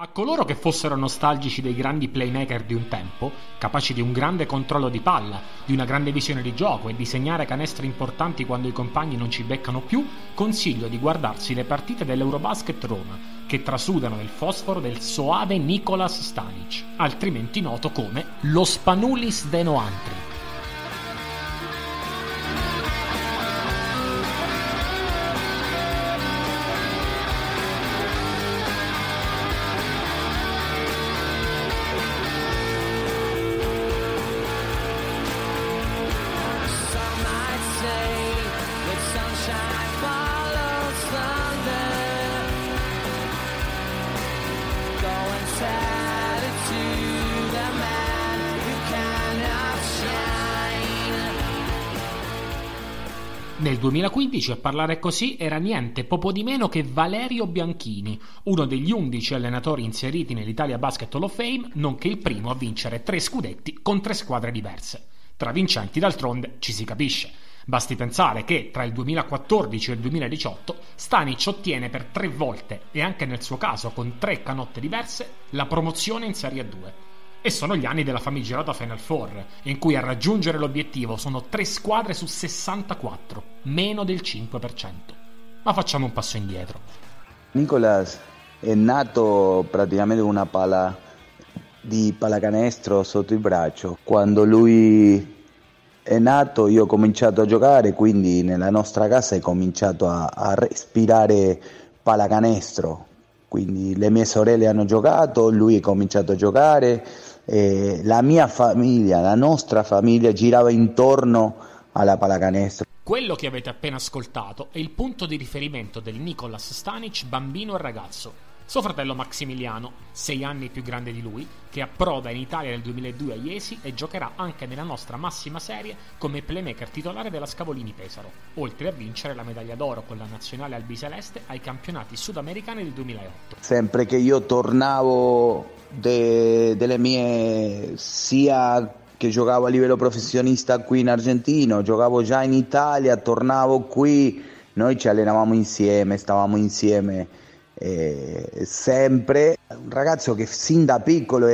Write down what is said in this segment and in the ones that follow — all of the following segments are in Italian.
A coloro che fossero nostalgici dei grandi playmaker di un tempo, capaci di un grande controllo di palla, di una grande visione di gioco e di segnare canestri importanti quando i compagni non ci beccano più, consiglio di guardarsi le partite dell'Eurobasket Roma, che trasudano il fosforo del soave Nicolas Stanic, altrimenti noto come lo Spanulis de Noantri. Nel 2015 a parlare così era niente poco di meno che Valerio Bianchini, uno degli 11 allenatori inseriti nell'Italia Basket Hall of Fame, nonché il primo a vincere 3 scudetti con 3 squadre diverse. Tra vincenti, d'altronde, ci si capisce. Basti pensare che tra il 2014 e il 2018 Stanic ottiene per 3 volte, e anche nel suo caso con 3 canotte diverse, la promozione in Serie 2. E sono gli anni della famigerata Final Four, in cui a raggiungere l'obiettivo sono 3 squadre su 64, meno del 5%. Ma facciamo un passo indietro. Nicolas è nato praticamente con una palla di pallacanestro sotto il braccio. Quando lui è nato io ho cominciato a giocare, quindi nella nostra casa è cominciato a respirare pallacanestro. Quindi le mie sorelle hanno giocato, lui è cominciato a giocare. La mia famiglia, la nostra famiglia girava intorno alla pallacanestro. Quello che avete appena ascoltato è il punto di riferimento del Nicolas Stanic bambino e ragazzo. Suo fratello Maximiliano, 6 anni più grande di lui, che approda in Italia nel 2002 a Iesi e giocherà anche nella nostra massima serie come playmaker titolare della Scavolini Pesaro, oltre a vincere la medaglia d'oro con la nazionale albiceleste ai campionati sudamericani del 2008. Sempre che io tornavo delle mie, sia che giocavo a livello professionista qui in Argentina, giocavo già in Italia, tornavo qui, noi ci allenavamo insieme, stavamo insieme sempre. Un ragazzo che sin da piccolo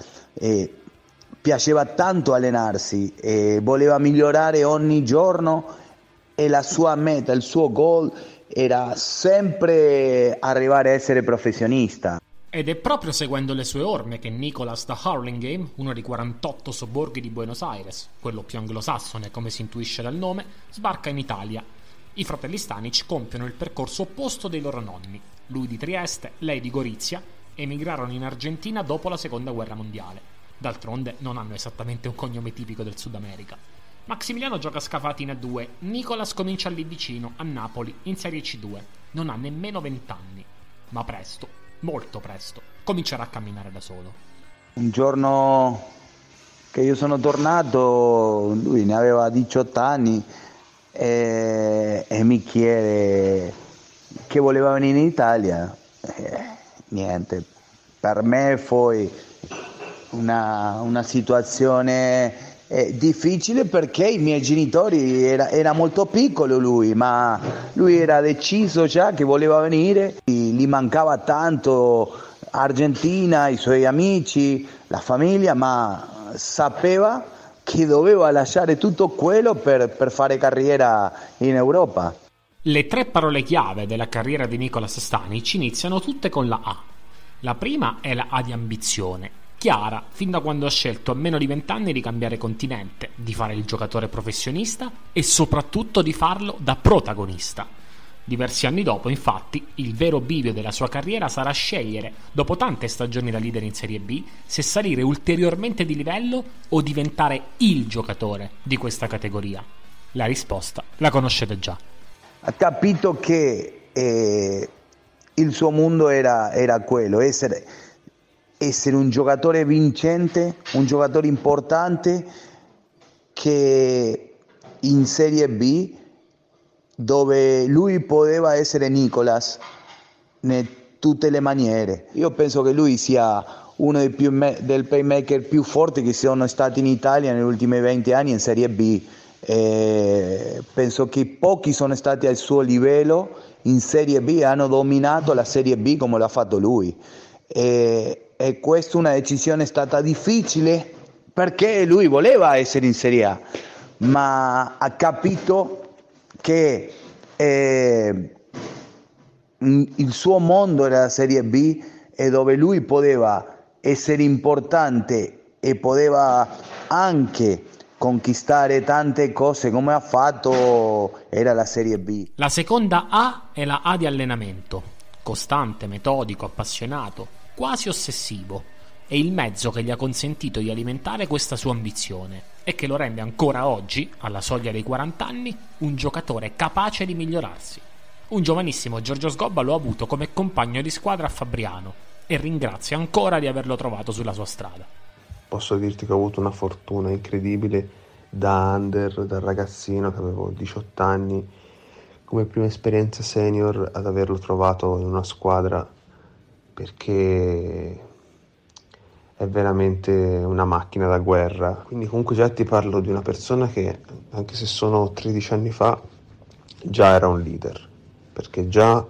piaceva tanto allenarsi e voleva migliorare ogni giorno, e la sua meta, il suo goal era sempre arrivare a essere professionista. Ed è proprio seguendo le sue orme che Nicolas da Hurlingham, uno dei 48 sobborghi di Buenos Aires, quello più anglosassone come si intuisce dal nome, sbarca in Italia. I fratelli Stanic compiono il percorso opposto dei loro nonni. Lui di Trieste, lei di Gorizia, emigrarono in Argentina dopo la seconda guerra mondiale. D'altronde non hanno esattamente un cognome tipico del Sud America. Maximiliano gioca a Scafati in A2, Nicolas comincia lì vicino, a Napoli, in Serie C2. Non ha nemmeno 20 anni, ma presto, molto presto, comincerà a camminare da solo. Un giorno che io sono tornato, lui ne aveva 18 anni e mi chiede che voleva venire in Italia. Niente, per me fu una situazione difficile, perché i miei genitori era molto piccolo lui, ma lui era deciso già che voleva venire. Gli mancava tanto Argentina, i suoi amici, la famiglia, ma sapeva che doveva lasciare tutto quello per fare carriera in Europa. Le 3 parole chiave della carriera di Nicolas Stanic iniziano tutte con la A. La prima è la A di ambizione, chiara fin da quando ha scelto a meno di 20 anni di cambiare continente, di fare il giocatore professionista e soprattutto di farlo da protagonista. Diversi anni dopo, infatti, il vero bivio della sua carriera sarà scegliere, dopo tante stagioni da leader in Serie B, se salire ulteriormente di livello o diventare il giocatore di questa categoria. La risposta la conoscete già. Ha capito che il suo mondo era quello, essere un giocatore vincente, un giocatore importante, che in Serie B, dove lui poteva essere Nicolas in tutte le maniere. Io penso che lui sia uno dei playmaker più forti che sono stati in Italia negli ultimi 20 anni in Serie B. Penso che pochi sono stati al suo livello in Serie B e hanno dominato la Serie B come l'ha fatto lui. e questa è una decisione stata difficile perché lui voleva essere in Serie A, ma ha capito che il suo mondo era la Serie B e dove lui poteva essere importante e poteva anche conquistare tante cose come ha fatto era la Serie B. La seconda A è la A di allenamento, costante, metodico, appassionato, quasi ossessivo. È il mezzo che gli ha consentito di alimentare questa sua ambizione e che lo rende ancora oggi, alla soglia dei 40 anni, un giocatore capace di migliorarsi. Un giovanissimo Giorgio Sgobba lo ha avuto come compagno di squadra a Fabriano e ringrazia ancora di averlo trovato sulla sua strada. Posso dirti che ho avuto una fortuna incredibile da under, da ragazzino che avevo 18 anni, come prima esperienza senior ad averlo trovato in una squadra, perché è veramente una macchina da guerra. Quindi comunque già ti parlo di una persona che, anche se sono 13 anni fa, già era un leader, perché già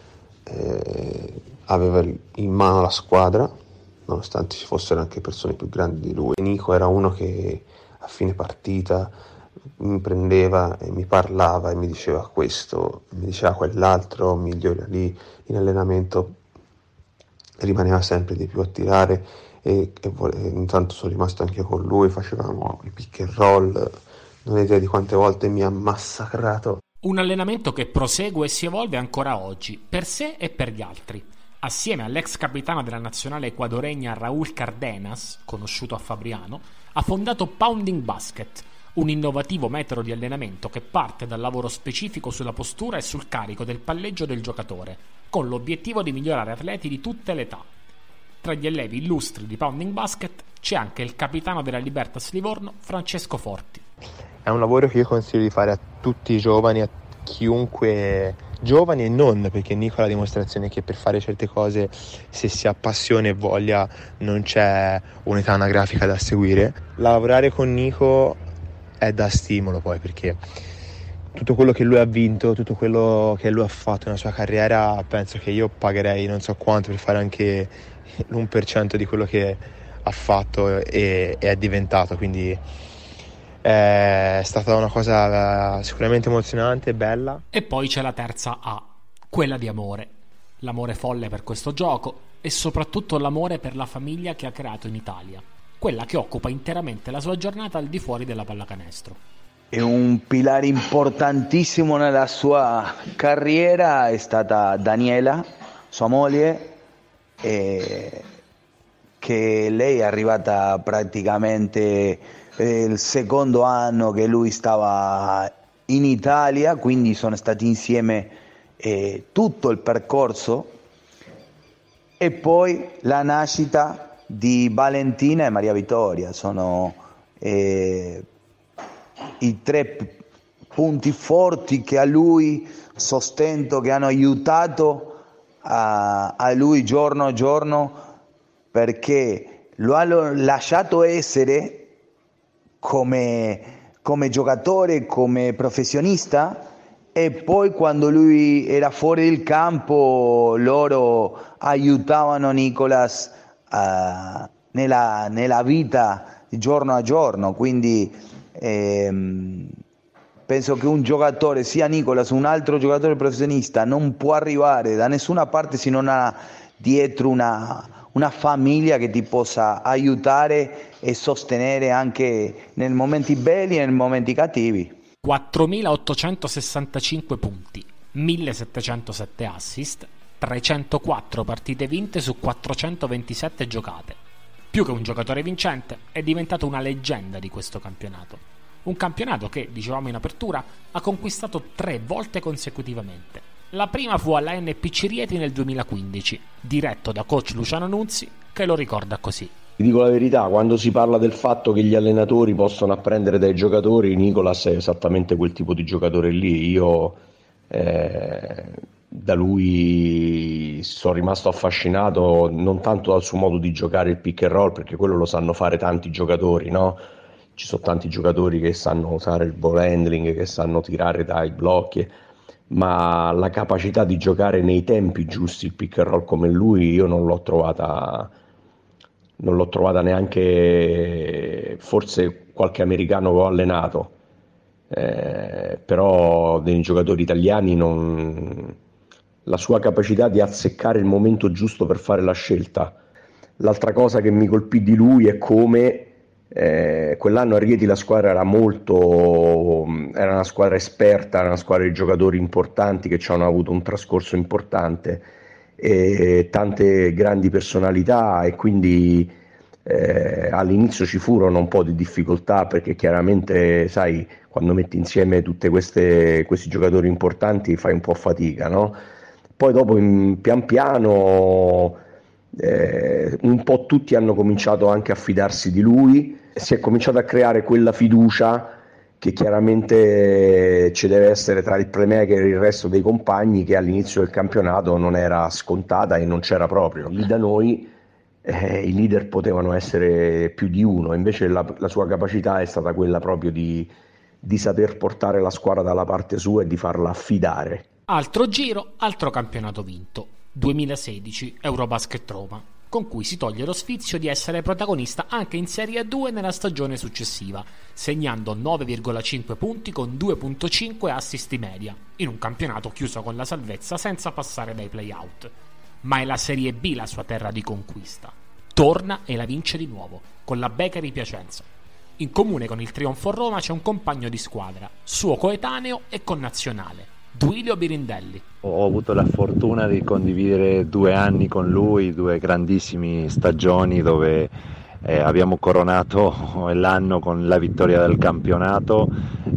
aveva in mano la squadra, nonostante ci fossero anche persone più grandi di lui. Nico era uno che a fine partita mi prendeva e mi parlava e mi diceva questo, mi diceva quell'altro, migliora lì, in allenamento rimaneva sempre di più a tirare e intanto sono rimasto anche con lui, facevamo i pick and roll, non hai idea di quante volte mi ha massacrato. Un allenamento che prosegue e si evolve ancora oggi, per sé e per gli altri. Assieme all'ex capitano della nazionale ecuadoregna Raúl Cardenas, conosciuto a Fabriano, ha fondato Pounding Basket, un innovativo metodo di allenamento che parte dal lavoro specifico sulla postura e sul carico del palleggio del giocatore, con l'obiettivo di migliorare atleti di tutte le età. Tra gli allievi illustri di Pounding Basket c'è anche il capitano della Libertas Livorno, Francesco Forti. È un lavoro che io consiglio di fare a tutti i giovani, a chiunque, giovani e non, perché Nico ha la dimostrazione che per fare certe cose, se si ha passione e voglia, non c'è un'età anagrafica da seguire. Lavorare con Nico è da stimolo poi, perché tutto quello che lui ha vinto, tutto quello che lui ha fatto nella sua carriera, penso che io pagherei non so quanto per fare anche l'1% di quello che ha fatto e è diventato, quindi è stata una cosa sicuramente emozionante e bella. E poi c'è la terza A, quella di amore. L'amore folle per questo gioco e soprattutto l'amore per la famiglia che ha creato in Italia, quella che occupa interamente la sua giornata al di fuori della pallacanestro. E un pilare importantissimo nella sua carriera è stata Daniela, sua moglie, che lei è arrivata praticamente il secondo anno che lui stava in Italia, quindi sono stati insieme tutto il percorso, e poi la nascita di Valentina e Maria Vittoria sono i tre punti forti che a lui sostento, che hanno aiutato a lui giorno a giorno, perché lo hanno lasciato essere come giocatore, come professionista, e poi quando lui era fuori del campo loro aiutavano Nicolas nella vita di giorno a giorno. Quindi penso che un giocatore, sia Nicolas un altro giocatore professionista, non può arrivare da nessuna parte se non ha dietro una famiglia che ti possa aiutare e sostenere anche nei momenti belli e nei momenti cattivi. 4.865 punti, 1.707 assist, 304 partite vinte su 427 giocate. Più che un giocatore vincente, è diventato una leggenda di questo campionato. Un campionato che, dicevamo in apertura, ha conquistato 3 volte consecutivamente. La prima fu alla NPC Rieti nel 2015, diretto da coach Luciano Nunzi, che lo ricorda così. Ti dico la verità, quando si parla del fatto che gli allenatori possono apprendere dai giocatori, Nicolas è esattamente quel tipo di giocatore lì. Io da lui sono rimasto affascinato non tanto dal suo modo di giocare il pick and roll, perché quello lo sanno fare tanti giocatori, no? Ci sono tanti giocatori che sanno usare il ball handling, che sanno tirare dai blocchi, ma la capacità di giocare nei tempi giusti il pick and roll come lui io non l'ho trovata neanche forse qualche americano che ho allenato, però dei giocatori italiani la sua capacità di azzeccare il momento giusto per fare la scelta. L'altra cosa che mi colpì di lui è come quell'anno a Rieti la squadra era una squadra esperta, era una squadra di giocatori importanti che ci hanno avuto un trascorso importante e tante grandi personalità, e quindi all'inizio ci furono un po' di difficoltà perché chiaramente sai, quando metti insieme tutti questi giocatori importanti fai un po' fatica, no? Poi dopo pian piano un po' tutti hanno cominciato anche a fidarsi di lui, si è cominciato a creare quella fiducia che chiaramente ci deve essere tra il playmaker e il resto dei compagni, che all'inizio del campionato non era scontata e non c'era proprio. Lì da noi i leader potevano essere più di uno, invece la sua capacità è stata quella proprio di saper portare la squadra dalla parte sua e di farla affidare. Altro giro, altro campionato vinto. 2016 Eurobasket Roma, con cui si toglie lo sfizio di essere protagonista anche in Serie A2 nella stagione successiva, segnando 9,5 punti con 2,5 assist di media, in un campionato chiuso con la salvezza senza passare dai play-out. Ma è la Serie B la sua terra di conquista. Torna e la vince di nuovo, con la Becari Piacenza. In comune con il trionfo a Roma c'è un compagno di squadra, suo coetaneo e connazionale, Duilio Birindelli. Ho avuto la fortuna di condividere 2 anni con lui, 2 grandissime stagioni dove abbiamo coronato l'anno con la vittoria del campionato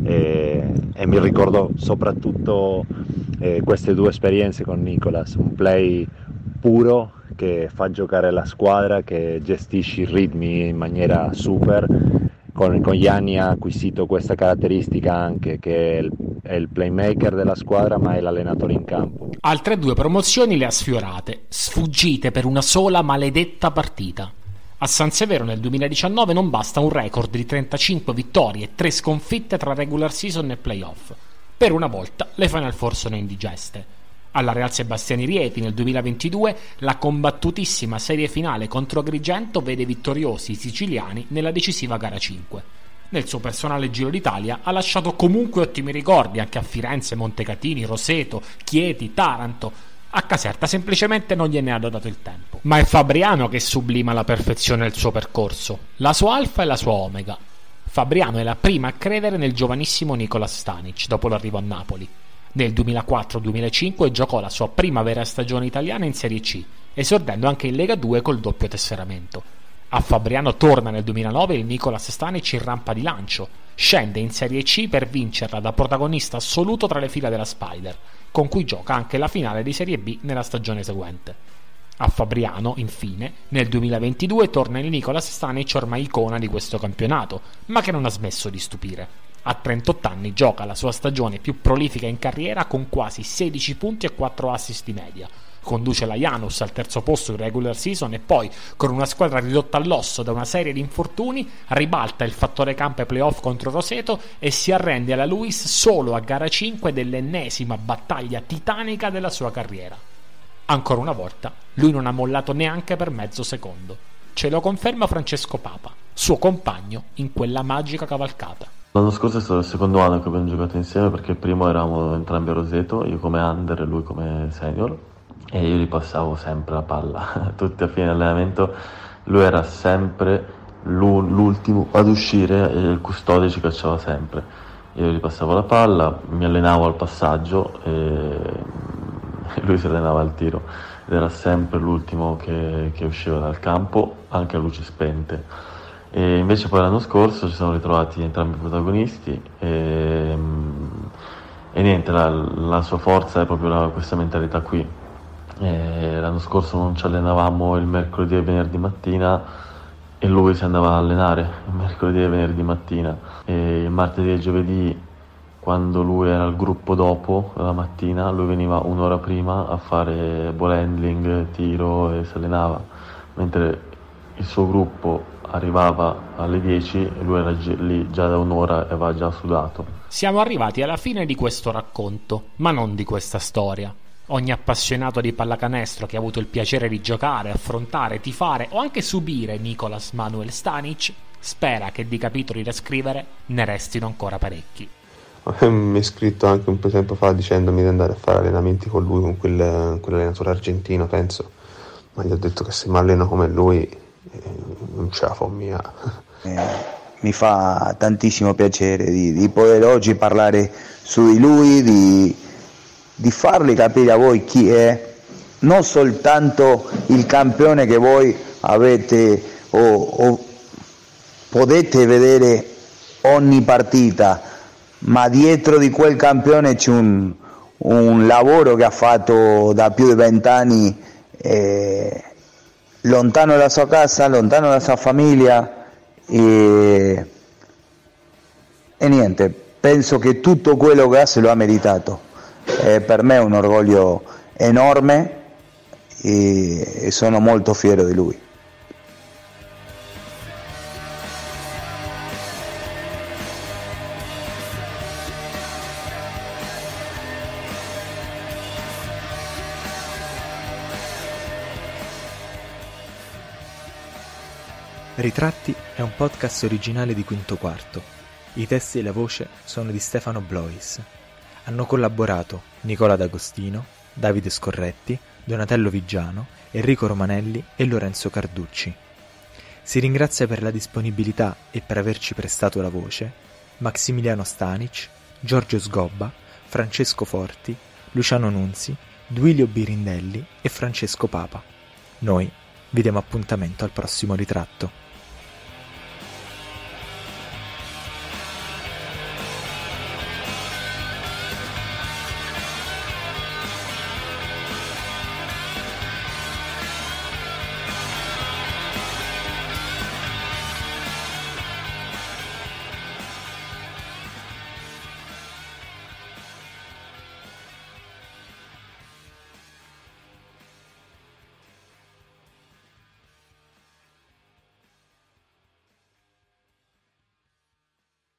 e mi ricordo soprattutto queste 2 esperienze con Nicolas, un play puro che fa giocare la squadra, che gestisce i ritmi in maniera super. Con gli anni ha acquisito questa caratteristica anche, che è il playmaker della squadra ma è l'allenatore in campo. Altre 2 promozioni le ha sfiorate, sfuggite per una sola maledetta partita. A San Severo nel 2019 non basta un record di 35 vittorie e 3 sconfitte tra regular season e playoff. Per una volta le Final Four sono indigeste. Alla Real Sebastiani Rieti nel 2022 la combattutissima serie finale contro Agrigento vede vittoriosi i siciliani nella decisiva gara 5. Nel suo personale Giro d'Italia ha lasciato comunque ottimi ricordi anche a Firenze, Montecatini, Roseto, Chieti, Taranto. A Caserta semplicemente non gliene ha dato il tempo. Ma è Fabriano che sublima alla perfezione il suo percorso, la sua alfa e la sua omega. Fabriano è la prima a credere nel giovanissimo Nicolas Stanic dopo l'arrivo a Napoli. Nel 2004-2005 giocò la sua prima vera stagione italiana in Serie C, esordendo anche in Lega 2 col doppio tesseramento. A Fabriano torna nel 2009 il Nicolas Stanic in rampa di lancio, scende in Serie C per vincerla da protagonista assoluto tra le fila della Spider, con cui gioca anche la finale di Serie B nella stagione seguente. A Fabriano, infine, nel 2022 torna il Nicolas Stanic ormai icona di questo campionato, ma che non ha smesso di stupire. A 38 anni gioca la sua stagione più prolifica in carriera con quasi 16 punti e 4 assist di media. Conduce la Janus al terzo posto in regular season e poi, con una squadra ridotta all'osso da una serie di infortuni, ribalta il fattore campo ai playoff contro Roseto e si arrende alla Luis solo a gara 5 dell'ennesima battaglia titanica della sua carriera. Ancora una volta, lui non ha mollato neanche per mezzo secondo. Ce lo conferma Francesco Papa, suo compagno in quella magica cavalcata. L'anno scorso è stato il secondo anno che abbiamo giocato insieme, perché il primo eravamo entrambi a Roseto, io come under e lui come senior, e io gli passavo sempre la palla. Tutti a fine allenamento lui era sempre l'ultimo ad uscire e il custode ci cacciava sempre. Io gli passavo la palla, mi allenavo al passaggio e lui si allenava al tiro ed era sempre l'ultimo che usciva dal campo, anche a luci spente. E invece poi l'anno scorso ci siamo ritrovati entrambi i protagonisti e niente, la sua forza è proprio questa mentalità qui. L'anno scorso non ci allenavamo il mercoledì e venerdì mattina e lui si andava a allenare il mercoledì e venerdì mattina, e il martedì e giovedì, quando lui era al gruppo dopo la mattina, lui veniva un'ora prima a fare ball handling, tiro e si allenava, mentre il suo gruppo arrivava alle 10 e lui era lì già da un'ora e aveva già sudato. Siamo arrivati alla fine di questo racconto, ma non di questa storia. Ogni appassionato di pallacanestro che ha avuto il piacere di giocare, affrontare, tifare o anche subire Nicolas Manuel Stanic spera che di capitoli da scrivere ne restino ancora parecchi. Mi ha scritto anche un po' di tempo fa dicendomi di andare a fare allenamenti con lui, con quell'allenatore argentino, penso, ma gli ho detto che se mi alleno come lui non ce la fa mia. Mi fa tantissimo piacere di poter oggi parlare su di lui, di fargli capire a voi chi è, non soltanto il campione che voi avete o potete vedere ogni partita, ma dietro di quel campione c'è un lavoro che ha fatto da più di 20 anni, lontano dalla sua casa, lontano dalla sua famiglia, e niente, penso che tutto quello che ha se lo ha meritato. Per me è un orgoglio enorme e sono molto fiero di lui. Ritratti è un podcast originale di Quinto Quarto. I testi e la voce sono di Stefano Blois. Hanno collaborato Nicola D'Agostino, Davide Scorretti, Donatello Vigiano, Enrico Romanelli e Lorenzo Carducci. Si ringrazia per la disponibilità e per averci prestato la voce Maximiliano Stanic, Giorgio Sgobba, Francesco Forti, Luciano Nunzi, Duilio Birindelli e Francesco Papa. Noi vi diamo appuntamento al prossimo ritratto.